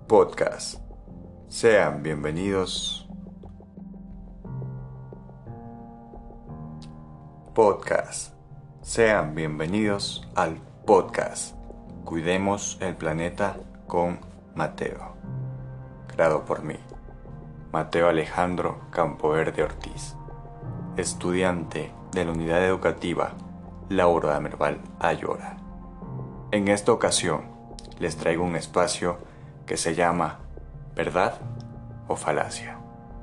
Podcast. Sean bienvenidos. Podcast. Sean bienvenidos al podcast. Cuidemos el planeta con Mateo. Creado por mí, Mateo Alejandro Campoverde Ortiz, estudiante de la Unidad Educativa Lauro Damerval Ayora. En esta ocasión les traigo un espacio que se llama ¿verdad o falacia?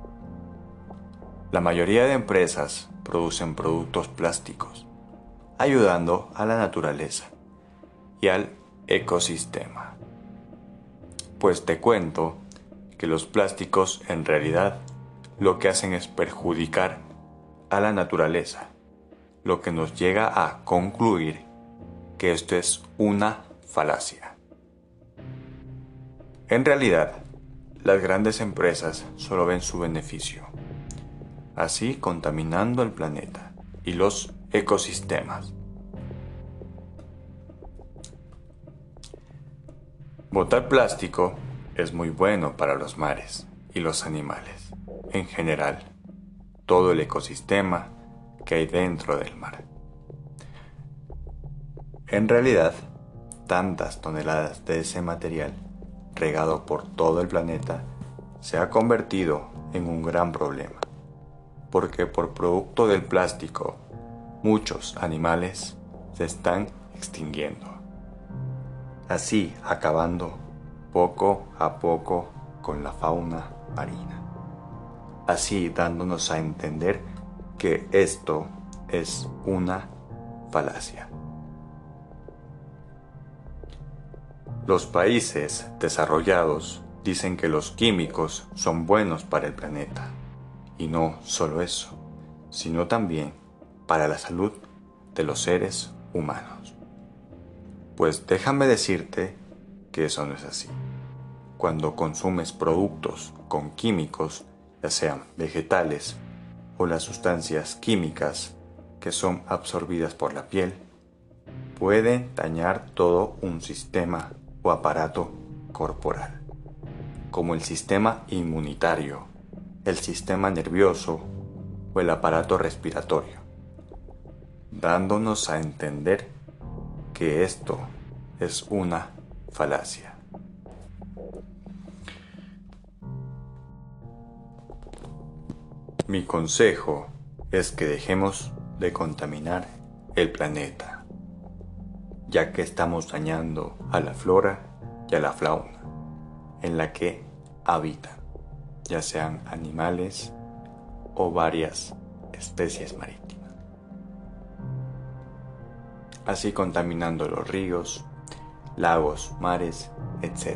La mayoría de empresas producen productos plásticos, ayudando a la naturaleza y al ecosistema. Pues te cuento que los plásticos en realidad lo que hacen es perjudicar a la naturaleza, lo que nos llega a concluir que esto es una falacia. En realidad, las grandes empresas solo ven su beneficio, así contaminando el planeta y los ecosistemas. Botar plástico es muy bueno para los mares y los animales, en general, todo el ecosistema que hay dentro del mar. En realidad, tantas toneladas de ese material regado por todo el planeta se ha convertido en un gran problema, porque por producto del plástico muchos animales se están extinguiendo, así acabando poco a poco con la fauna marina, así dándonos a entender que esto es una falacia. Los países desarrollados dicen que los químicos son buenos para el planeta, y no solo eso, sino también para la salud de los seres humanos. Pues déjame decirte que eso no es así. Cuando consumes productos con químicos, ya sean vegetales o las sustancias químicas que son absorbidas por la piel, pueden dañar todo un sistema o aparato corporal, como el sistema inmunitario, el sistema nervioso o el aparato respiratorio, dándonos a entender que esto es una falacia. Mi consejo es que dejemos de contaminar el planeta, ya que estamos dañando a la flora y a la fauna en la que habitan, ya sean animales o varias especies marítimas, así contaminando los ríos, lagos, mares, etc.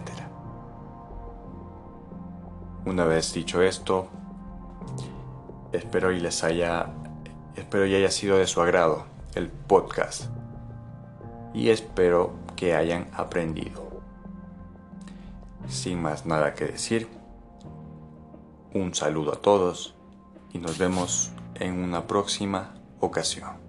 Una vez dicho esto, espero y haya sido de su agrado el podcast y espero que hayan aprendido. Sin más nada que decir, un saludo a todos y nos vemos en una próxima ocasión.